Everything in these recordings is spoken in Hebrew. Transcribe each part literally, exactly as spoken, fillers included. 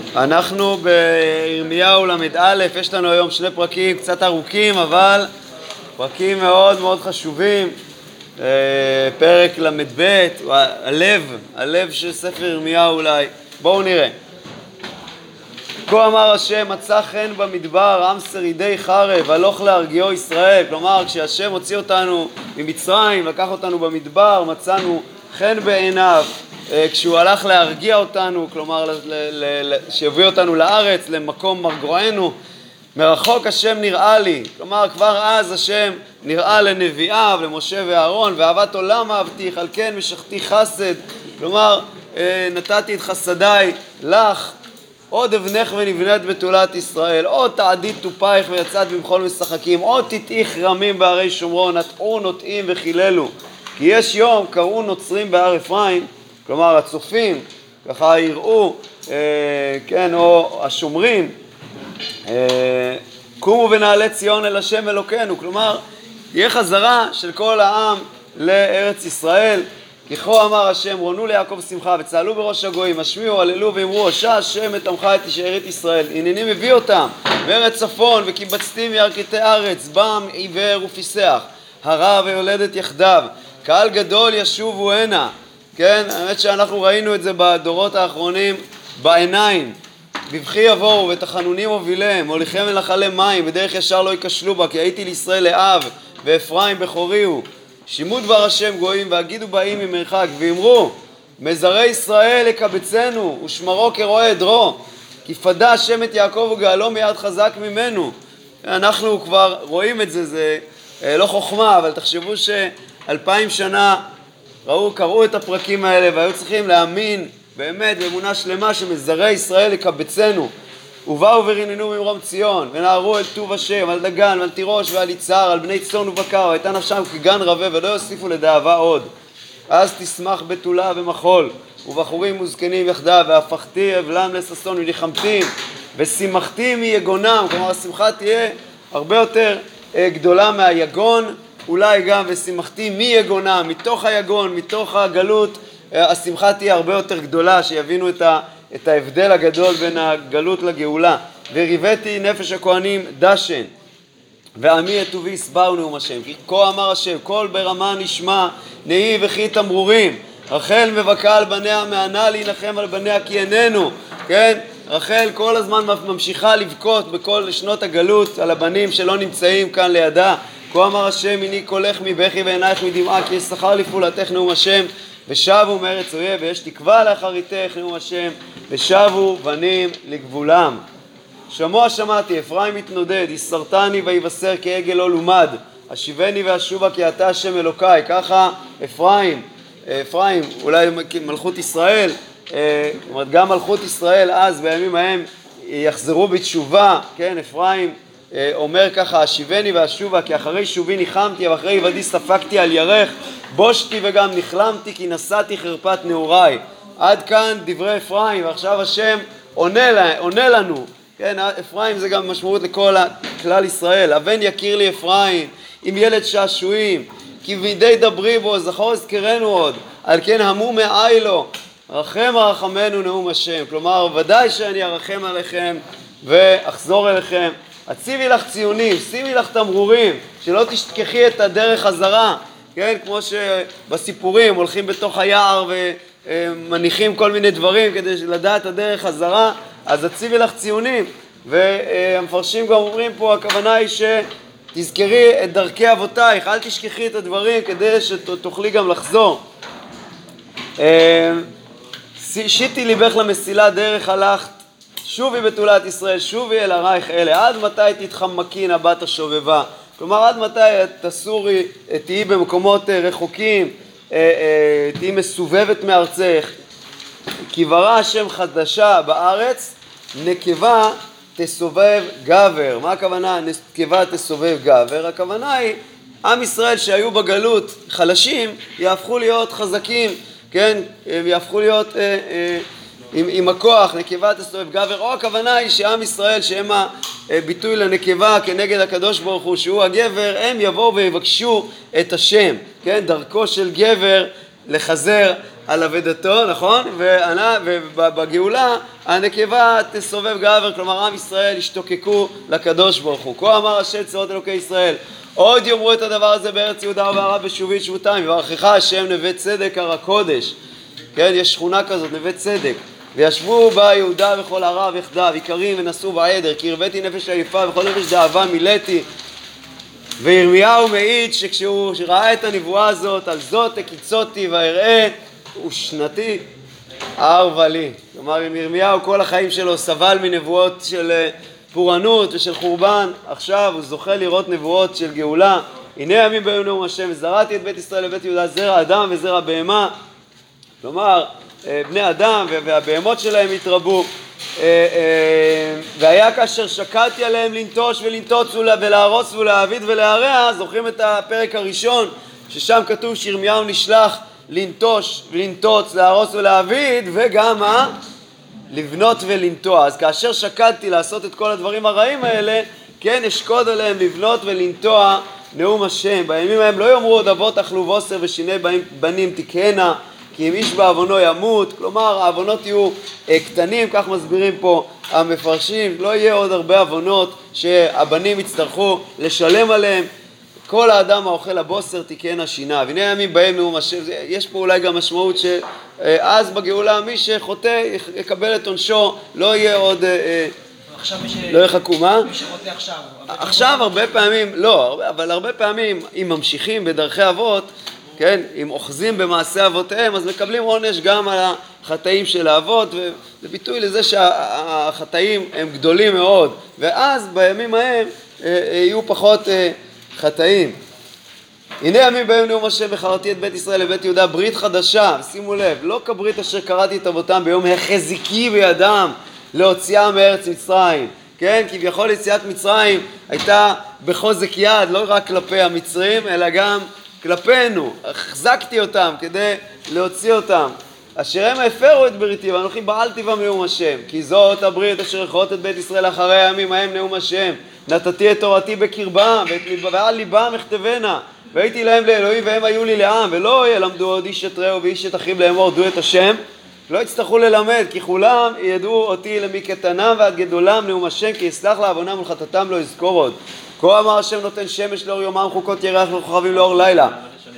אנחנו בירמיהו למד א', יש לנו היום שני פרקים קצת ארוכים, אבל פרקים מאוד מאוד חשובים. פרק למד ב', הלב, הלב של ספר ירמיהו אולי. בואו נראה. כה אמר השם, מצא חן במדבר, עם שרידי חרב, הלוך להרגיעו ישראל. כלומר, כשהשם הוציא אותנו ממצרים, לקח אותנו במדבר, מצאנו חן בעיניו. כשהוא הלך להרגיע אותנו, כלומר, שיביא אותנו לארץ, למקום מרגוענו, מרחוק השם נראה לי. כלומר, כבר אז השם נראה לנביאיו, למשה ואהרון, ואהבת עולם אהבתיך, על כן משכתי חסד. כלומר, נתתי את חסדיי לך. עוד אבנך ונבנית בתולת ישראל, עוד תעדית טופייך ויצאת במחול משחקים, עוד תתאיך רמים בערי שומרון, נטעו נוטעים וחיללו. כי יש יום קראו נוצרים בהר אפרים, כלומר הצופים, ככה יראו, אה, כן, או השומרים, אה, קומו ונעלה ציון אל השם אלוקינו. כלומר, תהיה חזרה של כל העם לארץ ישראל. כי כה אמר השם, רונו ליעקב שמחה וצהלו בראש הגויים, השמיעו, הללו ואמרו, הושע השם את עמך את שארית ישראל. הנני מביא אותם מארץ צפון וקיבצתים מירכתי ארץ, בם עיוור ופיסח, הרע ויולדת יחדיו, קהל גדול ישובו הנה. כן, האמת שאנחנו ראינו את זה בדורות האחרונים בעיניים. בבכי יבואו ותחנונים הובילם, הוליכם ולחלם מים, בדרך ישר לא יקשלו בה, כי הייתי לישראל לאב ואפרים בכורי הוא. שימו דבר השם גויים והגידו באים ממרחק ואמרו, מזרי ישראל יקבצנו ושמרו כרועה עדרו, כי פדה השם את יעקב וגאלו מיד חזק ממנו. אנחנו כבר רואים את זה, זה לא חוכמה, אבל תחשבו שאלפיים שנה ראו, קראו את הפרקים האלה והיו צריכים להאמין באמת באמונה שלמה שמזרי ישראל יקבצנו. ובאו וריננו ממרום ציון ונערו את טוב השם על דגן ועל תירוש ועל יצהר על בני צאן ובקר, והייתה נפשם כגן רבה ולא יוסיפו לדאבה עוד. אז תשמח בתולה ומחול ובחורים וזקנים יחדיו, והפכתי אבלם לששון וניחמתים ושימחתי מיגונם. כלומר השמחה תהיה הרבה יותר גדולה מהיגון, אולי גם ושימחתי מיגונם, מתוך היגון, מתוך הגלות השמחה תהיה הרבה יותר גדולה, שיבינו את ה את ההבדל הגדול בין הגלות לגאולה. וריבתי נפש הכהנים דשן ועמי את טובי יסברו נאום השם. כי כה אמר השם, קול ברמה נשמע נהי וכי תמרורים, רחל מבכה על בניה מענה להנחם על בניה כי איננו. כן, רחל כל הזמן ממשיכה לבכות בכל שנות הגלות על הבנים שלא נמצאים כאן לידה. כה אמר השם, הנה קולך מבכי ועינייך מדמעה, כי יש שכר לפעולתך נאום השם. ושבו מארץ אויב ויש תקווה לאחריתך נאום השם, ושבו בנים לגבולם. שמוע שמעתי, אפרים מתנודד, יסרתני ויבשר כעגל לא לומד, השיבני ואשובה כי אתה השם אלוקיי. ככה אפרים, אפרים אולי מלכות ישראל, זאת אומרת גם מלכות ישראל אז בימים ההם יחזרו בתשובה. כן, אפרים אומר ככה, השיבני ואשובה כי אחרי שובי ניחמתי ואחרי יבדי ספקתי על ירך, בושתי וגם נכלמתי כי נשאתי חרפת נעוריי. עד כאן דברי אפרים, ועכשיו השם עונה, לה, עונה לנו. כן, אפרים זה גם משמעות לכל כלל ישראל. אבן יכיר לי אפרים עם ילד שעשועים, כי בידי דברי בו זכור אזכרנו עוד, על כן המו מאי לו, רחם הרחמנו נאום השם. כלומר ודאי שאני ארחם עליכם ואחזור אליכם. הציבי לך ציונים, שימי לך תמרורים, שלא תשכחי את הדרך הזרה. כן, כמו שבסיפורים הולכים בתוך היער ומניחים כל מיני דברים כדי לדעת הדרך הזרה, אז הציבי לך ציונים. והמפרשים גם אומרים פה, הכוונה היא שתזכרי את דרכי אבותייך, אל תשכחי את הדברים כדי שתוכלי גם לחזור. שיטי ליבך למסילה דרך הלכת, שובי בתולת ישראל, שובי אל הרייך אלה, עד מתי תתחמקין הבת השובבה. כלומר, עד מתי תסורי, תהי במקומות רחוקים, תהי מסובבת מארצך. כי ברא השם חדשה בארץ, נקבה תסובב גבר. מה הכוונה נקבה תסובב גבר? הכוונה היא, עם ישראל שהיו בגלות חלשים, יהפכו להיות חזקים, כן? יהפכו להיות אה, אה, עם, עם הכוח, נקבה תסובב גבר. או הכוונה היא שעם ישראל, שהם הביטוי לנקבה כנגד הקדוש ברוך הוא, שהוא הגבר, הם יבואו ויבקשו את השם. כן? דרכו של גבר לחזר על עבדתו, נכון? ובגאולה הנקבה תסובב גבר, כלומר עם ישראל ישתוקקו לקדוש ברוך הוא. כה אמר השם צבאות אלוקי ישראל, עוד יאמרו את הדבר הזה בארץ יהודה ובערב בשובי שבותיים, יברכך השם נווה צדק הר הקודש. כן, יש שכונה כזאת, נווה צדק. וישבו בה יהודה וכל ערב יחדיו, איכרים ונסעו בעדר, כי הרוויתי נפש עייפה וכל נפש דאבה מילאתי. וירמיהו מעיד שכשהוא ראה את הנבואה הזאת, על זאת הקיצותי ואראה ושנתי ארבה לי. כלומר, אם ירמיהו כל החיים שלו סבל מנבואות של פורענות ושל חורבן, עכשיו הוא זוכה לראות נבואות של גאולה. הנה ימים באים נאום השם, וזרעתי את בית ישראל לבית יהודה, זרע אדם וזרע בהמה. כלומר, בני אדם והבהמות שלהם התרבו. והיה כאשר שקלתי עליהם לנטוש ולנטוץ ולהרוס ולהעביד ולהרע, זוכרים את הפרק הראשון ששם כתוב שירמיהו נשלח לנטוש ולנטוץ, להרוס ולהעביד, וגם מה? לבנות ולנטוע. אז כאשר שקלתי לעשות את כל הדברים הרעים האלה, כן, אשקוד עליהם לבנות ולנטוע נאום השם. בימים ההם לא יאמרו עוד אבות אכלו בוסר ושיני בנים תקהנה, כי אם איש בעוונו ימות. כלומר, העוונות יהיו קטנים, כך מסבירים פה המפרשים, לא יהיה עוד הרבה עוונות שהבנים יצטרכו לשלם עליהם. כל האדם האוכל הבוסר תקהנה שיניו. הנה ימים בהם נאום השם. יש פה אולי גם משמעות שאז בגאולה מי שחוטא יקבל את עונשו, לא יהיה עוד, לא יחכו. מה? מי שחוטא עכשיו. עכשיו הרבה פעמים, לא, אבל הרבה פעמים אם ממשיכים בדרכי אבות, כן, אם אוחזים במעשה אבותיהם, אז מקבלים עונש גם על החטאים של האבות, וזה ביטוי לזה שהחטאים הם גדולים מאוד, ואז בימים ההם יהיו פחות חטאים. הנה ימים בהם נאום השם, וחרתי את בית ישראל לבית יהודה ברית חדשה. שימו לב, לא כברית אשר קראתי את אבותם ביום החזיקי בידם להוציאה מארץ מצרים. כן, כביכול יציאת מצרים הייתה בחוזק יד, לא רק כלפי המצרים, אלא גם כלפינו. החזקתי אותם כדי להוציא אותם. אשר הם הפרו את בריתי, ואנוכי בעלתי בם נאום השם. כי זאת הברית אשר אכרות את בית ישראל אחרי הימים ההם נאום השם. נתתי את תורתי בקרבם, ועל ליבם אכתבנה. והייתי להם לאלוהים והם היו לי לעם. ולא ילמדו עוד איש את רעהו ואיש את אחיו לאמור דעו את השם. לא יצטרכו ללמד, כי כולם ידעו אותי למקטנם ועד גדולם נאום השם, כי יסלח לעוונם ולחטאתם לא יזכור עוד. כה אמר השם נותן שמש לאור יומם, חוקות ירח וכוכבים לאור לילה. מה?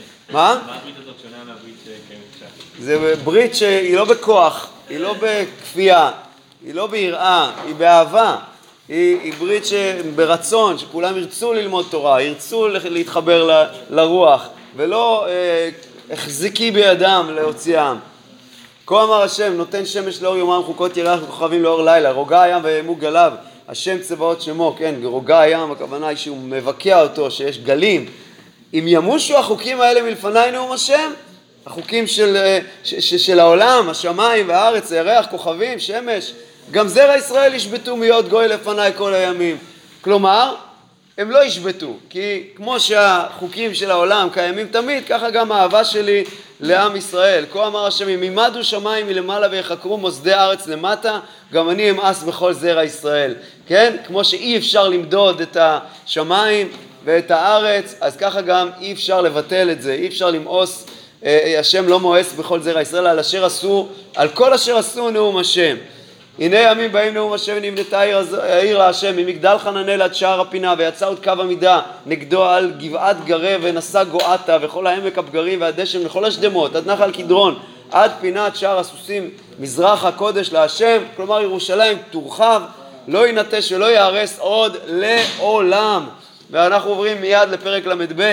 מה הברית הזאת שונה מהברית שקיימת עכשיו? זה ברית שהיא לא בכוח, היא לא בכפייה, היא לא ביראה, היא באהבה. היא, היא ברית שברצון, שכולם ירצו ללמוד תורה, ירצו להתחבר ל, לרוח, ולא אה, החזיקי בידם להוציאם. כה אמר השם נותן שמש לאור יומם, חוקות ירח וכוכבים לאור לילה. רוגע הים וימו גליו, השם צבאות שמו. כן, רוגע הים, הכוונה היא שהוא מבקע אותו, שיש גלים. אם ימושו החוקים האלה מלפני נאום השם, החוקים של, ש, ש, של העולם, השמיים והארץ, הירח, כוכבים, שמש, גם זרע ישראל ישבטו להיות גוי לפני כל הימים. כלומר, הם לא ישבטו, כי כמו שהחוקים של העולם קיימים תמיד, ככה גם האהבה שלי לעם ישראל. כה אמר השם, אם ימדו שמיים מלמעלה ויחקרו מוסדי הארץ למטה, גם אני אמאס בכל זרע ישראל. כן? כמו שאי אפשר למדוד את השמיים ואת הארץ, אז ככה גם אי אפשר לבטל את זה, אי אפשר למאוס, השם לא מואס בכל זרע ישראל, על אשר עשו, על כל אשר עשו נאום השם. הנה ימים באים נאום השם ונבנתה העיר להשם ממגדל חננאל עד שער הפינה, ויצא עוד קו המידה נגדו על גבעת גרה ונשא גואתה וכל העמק הבגרים והדשם לכל השדמות עד נחל קדרון עד פינת שער הסוסים מזרח הקודש להשם. כלומר ירושלים תורחב, לא ינטש ולא יהרס עוד לעולם. ואנחנו עוברים מיד לפרק למד ב'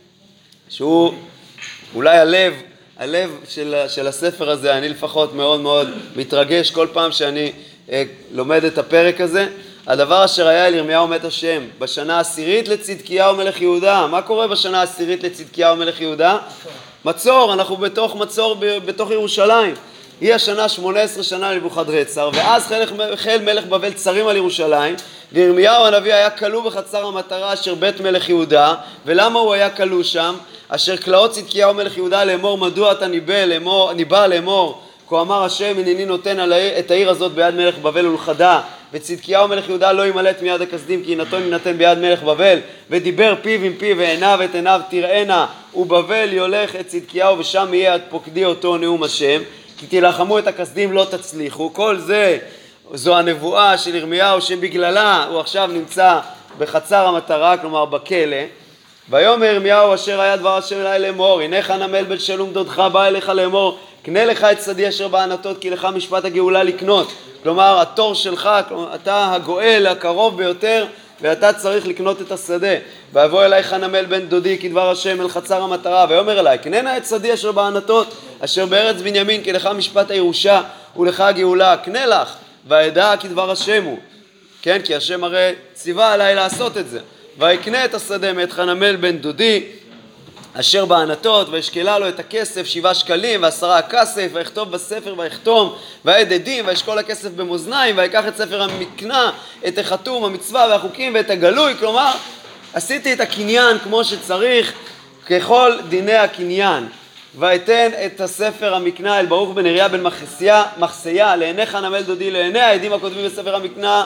שהוא אולי הלב הלב של, של הספר הזה. אני לפחות מאוד מאוד מתרגש כל פעם שאני אה, לומד את הפרק הזה. הדבר אשר היה אל ירמיהו מת השם בשנה העשירית לצדקיהו מלך יהודה. מה קורה בשנה העשירית לצדקיהו מלך יהודה? מצור. אנחנו בתוך מצור ב, בתוך ירושלים. היא השנה שמונה עשרה שנה לנבוכדנצר, ואז חיל מלך בבל צרים על ירושלים, וירמיהו הנביא היה כלוא בחצר המטרה אשר בית מלך יהודה. ולמה הוא היה כלוא שם? אשר כלאות צדקיהו מלך יהודה לאמור מדוע אתה ניבא לאמור, ניבא לאמור כה אמר השם הנני נותן את העיר הזאת ביד מלך בבל ולכדה, וצדקיהו מלך יהודה לא ימלט מיד הכסדים כי נתון יינתן ביד מלך בבל. ודיבר פיו עם פיו ועיניו את עיניו תראינה, ובבל יולך את צדקיהו ושם יהיה עד פוקדי אותו נאום השם, כי תלחמו את הכסדים לא תצליחו. כל זה זו הנבואה של ירמיהו שבגללה הוא עכשיו נמצא בחצר המטרה, כלומר בכלא. ויאמר ירמיהו אשר היה דבר השם אלי לאמור, הנה חנמאל בן שלום דודך בא אליך לאמור, קנה לך את שדי אשר בענתות כי לך משפט הגאולה לקנות. כלומר התור שלך, כלומר, אתה הגואל הקרוב ביותר ואתה צריך לקנות את השדה. ויבוא אלי חנמאל בן דודי כדבר השם אל חצר המטרה, ויאמר אלי קנה נא את שדי אשר בענתות אשר בארץ בנימין כי לך משפט הירושה ולך הגאולה, קנה לך וידע כדבר השם הוא. כן, כי השם הרי ציווה עליי לעשות את זה. ויקנה את השדה מאת חנמאל בן דודי אשר בענתות, וישקלה לו את הכסף שבעה שקלים ועשרה הכסף, ויכתוב בספר ויחתום, ויעד עדים, וישקול הכסף במאזניים, ויקח את ספר המקנה, את החתום, המצווה והחוקים ואת הגלוי. כלומר, עשיתי את הקניין כמו שצריך, ככל דיני הקניין. ויתן את הספר המקנה אל ברוך בן נריה בן מחסיה, מחסיה לעיני חנמאל דודי, לעיני העדים הכותבים בספר המקנה,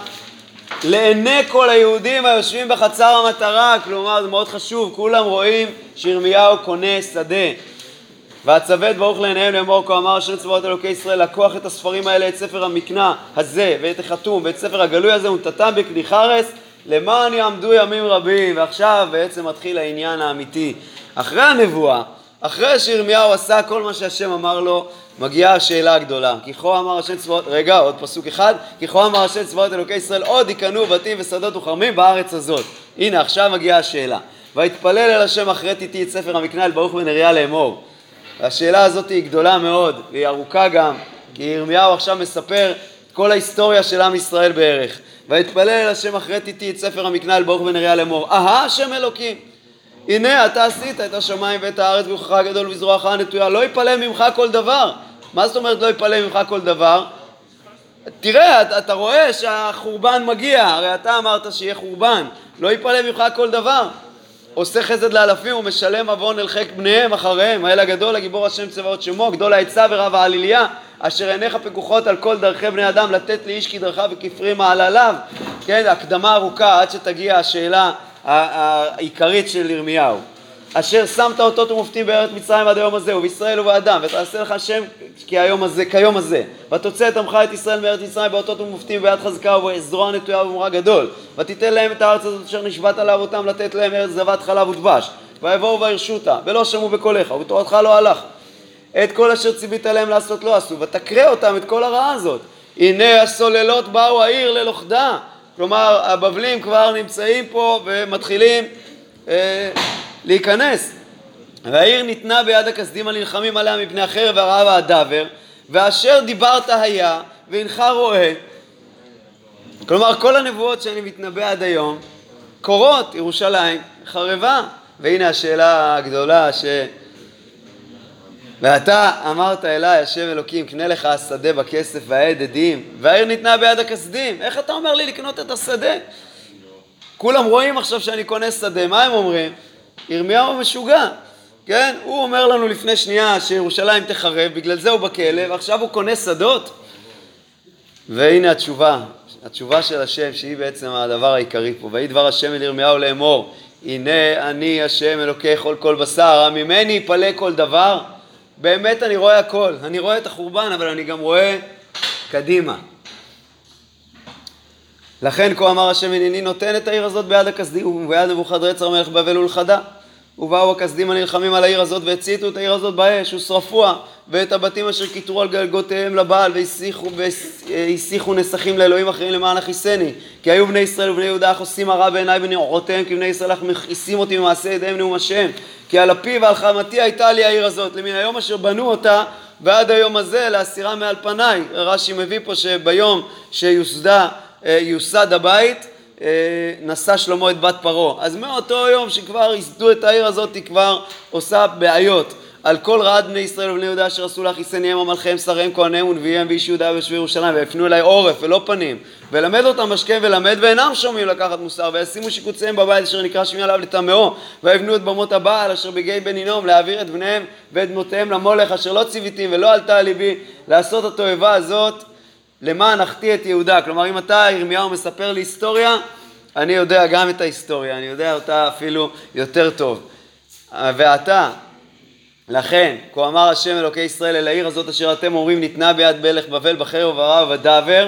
לעיני כל היהודים היושבים בחצר המטרה. כלומר, זה מאוד חשוב, כולם רואים שירמיהו קונה שדה. והצוות ברוך לעיניהם לאמור, כה אמר השם צבאות אלוקי ישראל, לקוח את הספרים האלה, את ספר המקנה הזה ואת החתום ואת ספר הגלוי הזה ונתתם בכלי חרס למען יעמדו ימים רבים. ועכשיו בעצם מתחיל העניין האמיתי. אחרי הנבואה, אחרי שירמיהו עשה כל מה שהשם אמר לו, מגיעה השאלה הגדולה. כי כה אמר השם צבאות, רגע, עוד פסוק אחד, כי כה אמר השם צבאות אלוקי ישראל, עוד יקנו בתים ושדות וכרמים בארץ הזאת. הנה, עכשיו מגיעה השאלה. ויתפלל אל השם אחרי תיתי את ספר המקנה אל ברוך בן נריה לאמור. השאלה הזאת היא גדולה מאוד, והיא ארוכה גם, כי ירמיהו עכשיו מספר את כל ההיסטוריה של עם ישראל בערך. ויתפלל אל השם אחרי תיתי את ספר המקנה אל ברוך בן נריה לאמור, אהה השם אלוקים, הנה אתה עשית את השמיים ואת הארץ בכוחך הגדול ובזרועך הנטויה, לא יפלא ממך כל דבר. מה זאת אומרת לא יפלא ממך כל דבר? תראה, אתה, אתה רואה שהחורבן מגיע, הרי אתה אמרת שיהיה חורבן, לא יפלא ממך כל דבר. עושה חסד לאלפים ומשלם עוון אל חיק בניהם אחריהם, האל הגדול הגיבור השם צבאות שמו, גדול העצה ורב העליליה, אשר עיניך פקוחות על כל דרכי בני אדם, לתת לאיש כדרכיו וכפרי מעלליו. כן, הקדמה ארוכה עד שתגיע השאלה העיקרית של ירמיהו. אשר שמת אותות ומופתים בארץ מצרים עד היום הזה ובישראל ובאדם, ותעשה לך השם כיום הזה, כיום הזה, ותוצא את עמך את ישראל מארץ מצרים באותות ומופתים ביד חזקה ובזרוע נטויה ובמורא גדול, ותיתן להם את הארץ הזאת אשר נשבעת לאבותם לתת להם ארץ זבת חלב ודבש, ויבואו וירשותה ולא שמעו בקולך ובתורתך לא הלך. את כל אשר ציווית להם לעשות לא עשו, ותקרא אותם את כל הרעה הזאת. הנה הסוללות באו העיר ללוכדה. כלומר, הבבלים כבר נמצאים פה ומתחילים אה, להיכנס. והעיר ניתנה ביד הכסדים הנלחמים עליה מפני החרב והרעב והדבר, ואשר דיברת היה והנך רואה. כלומר, כל הנבואות שאני מתנבא עד היום קורות, ירושלים חרבה. והנה השאלה הגדולה ש... ואתה אמרת אליי, השם אלוקים, קנה לך השדה בכסף והעד עדים, והעיר ניתנה ביד הכסדים. איך אתה אומר לי לקנות את השדה? כולם רואים עכשיו שאני קונה שדה, מה הם אומרים? ירמיהו משוגע, כן? הוא אומר לנו לפני שנייה שירושלים תחרב, בגלל זה הוא בכלא, ועכשיו הוא קונה שדות. והנה התשובה, התשובה של השם, שהיא בעצם הדבר העיקרי פה. ויהי דבר השם אל ירמיהו לאמור, הנה אני השם אלוקי כל כל בשר, ממני יפלא כל דבר. באמת אני רואה הכל, אני רואה את החורבן, אבל אני גם רואה קדימה. לכן כה אמר השם הנני נותן את העיר הזאת ביד הכסדים וביד נבוכדנצר מלך בבל ולכדה. ובאו הכסדים הנלחמים על העיר הזאת והציתו את העיר הזאת באש ושרפוה, ואת הבתים אשר כיתרו על גלגותיהם לבעל והסיחו נסכים לאלוהים אחרים למען אחיסני. כי היו בני ישראל ובני יהודה עושים הרע בעיניי בנעורותיהם, כי בני ישראל מכעיסים אותי ממעשה ידיהם נאום השם. כי על אפי ועל חמתי הייתה לי העיר הזאת, למן היום אשר בנו אותה ועד היום הזה להסירה מעל פניי. רש"י מביא פה שביום שיוסדה, יוסד הבית, נשא שלמה את בת פרעה. אז מאותו יום שכבר יסדו את העיר הזאת, היא כבר עושה בעיות על כל רעת בני ישראל ובני יהודה אשר עשו לאחיסניהם ומלכיהם שריהם כהניהם ונביאיהם ואיש יהודה ויושבי ירושלים, ויפנו אליי עורף ולא פנים, ולמד אותם השכם ולמד ואינם שומעים לקחת מוסר, וישימו שיקוציהם בבית אשר נקרא שמי עליו לטמאו, ויבנו את במות הבעל אשר בגיא בן הינום, להעביר את בניהם ואת בנותיהם למולך אשר לא ציוויתים ולא עלתה על ליבי, לעשות התועבה הזאת למען אחתי את יהודה. כלומר, אם אתה ירמיהו מספר לי היסטוריה, אני יודע גם את ההיסטוריה, אני יודע אותה אפילו יותר טוב. ואתה, לכן, כה אמר השם אלוקי ישראל אל העיר הזאת אשר אתם אומרים ניתנה ביד מלך בבל בחרב וברעב ודבר,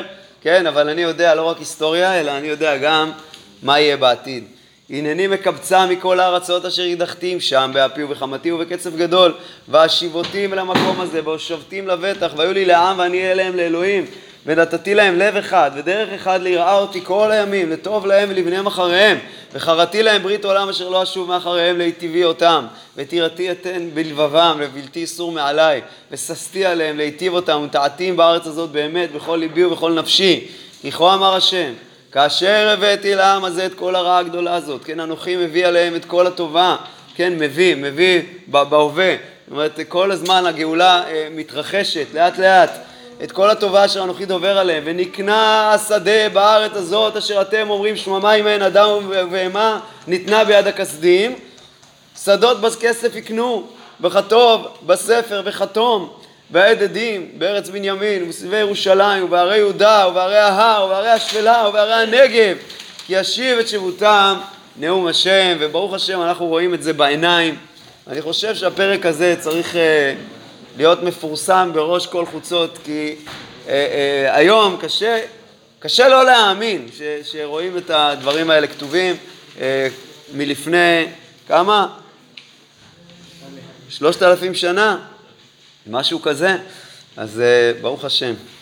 כן, אבל אני יודע לא רק היסטוריה, אלא אני יודע גם מה יהיה בעתיד. הנני מקבצה מכל הארצות אשר ידחתים שם, באפי ובחמתי ובקצב גדול, והשיבותים אל המקום הזה, והושבתים לבטח, והיו לי לעם ואני אהיה להם לאלוהים, ונתתי להם לב אחד, ודרך אחד ליראה אותי כל הימים, לטוב להם ולבניהם אחריהם, וחרתי להם ברית עולם אשר לא אשוב מאחריהם להיטיבי אותם, ותירתי אתן בלבבם, לבלתי אסור מעלי, וששתי עליהם להיטיב אותם, ונטעתים בארץ הזאת באמת, בכל ליבי ובכל נפשי, כי כה אמר השם, כאשר הבאתי לעם הזה את כל הרעה הגדולה הזאת, כן, אנוכי מביא עליהם את כל הטובה, כן, מביא, מביא בהווה, זאת אומרת, כל הזמן הגאולה אה, מתרחשת, לאט לאט, את כל הטובה אשר אנוכי דובר עליהם, ונקנה השדה בארץ הזאת אשר אתם אומרים שממה אם אדם ובהמה ניתנה ביד הכסדים, שדות בכסף יקנו, בכתוב, בספר, בחתום, בעד עדים, בארץ בנימין, ובסביבי ירושלים, ובערי יהודה, ובערי ההר, ובערי השפלה, ובערי הנגב, כי ישיב את שבותם נאום השם, וברוך השם אנחנו רואים את זה בעיניים. אני חושב שהפרק הזה צריך אה, להיות מפורסם בראש כל חוצות, כי אה, אה, היום קשה, קשה לא להאמין ש, שרואים את הדברים האלה כתובים אה, מלפני כמה? שלושת אלפים שנה. משהו כזה, אז ברוך השם.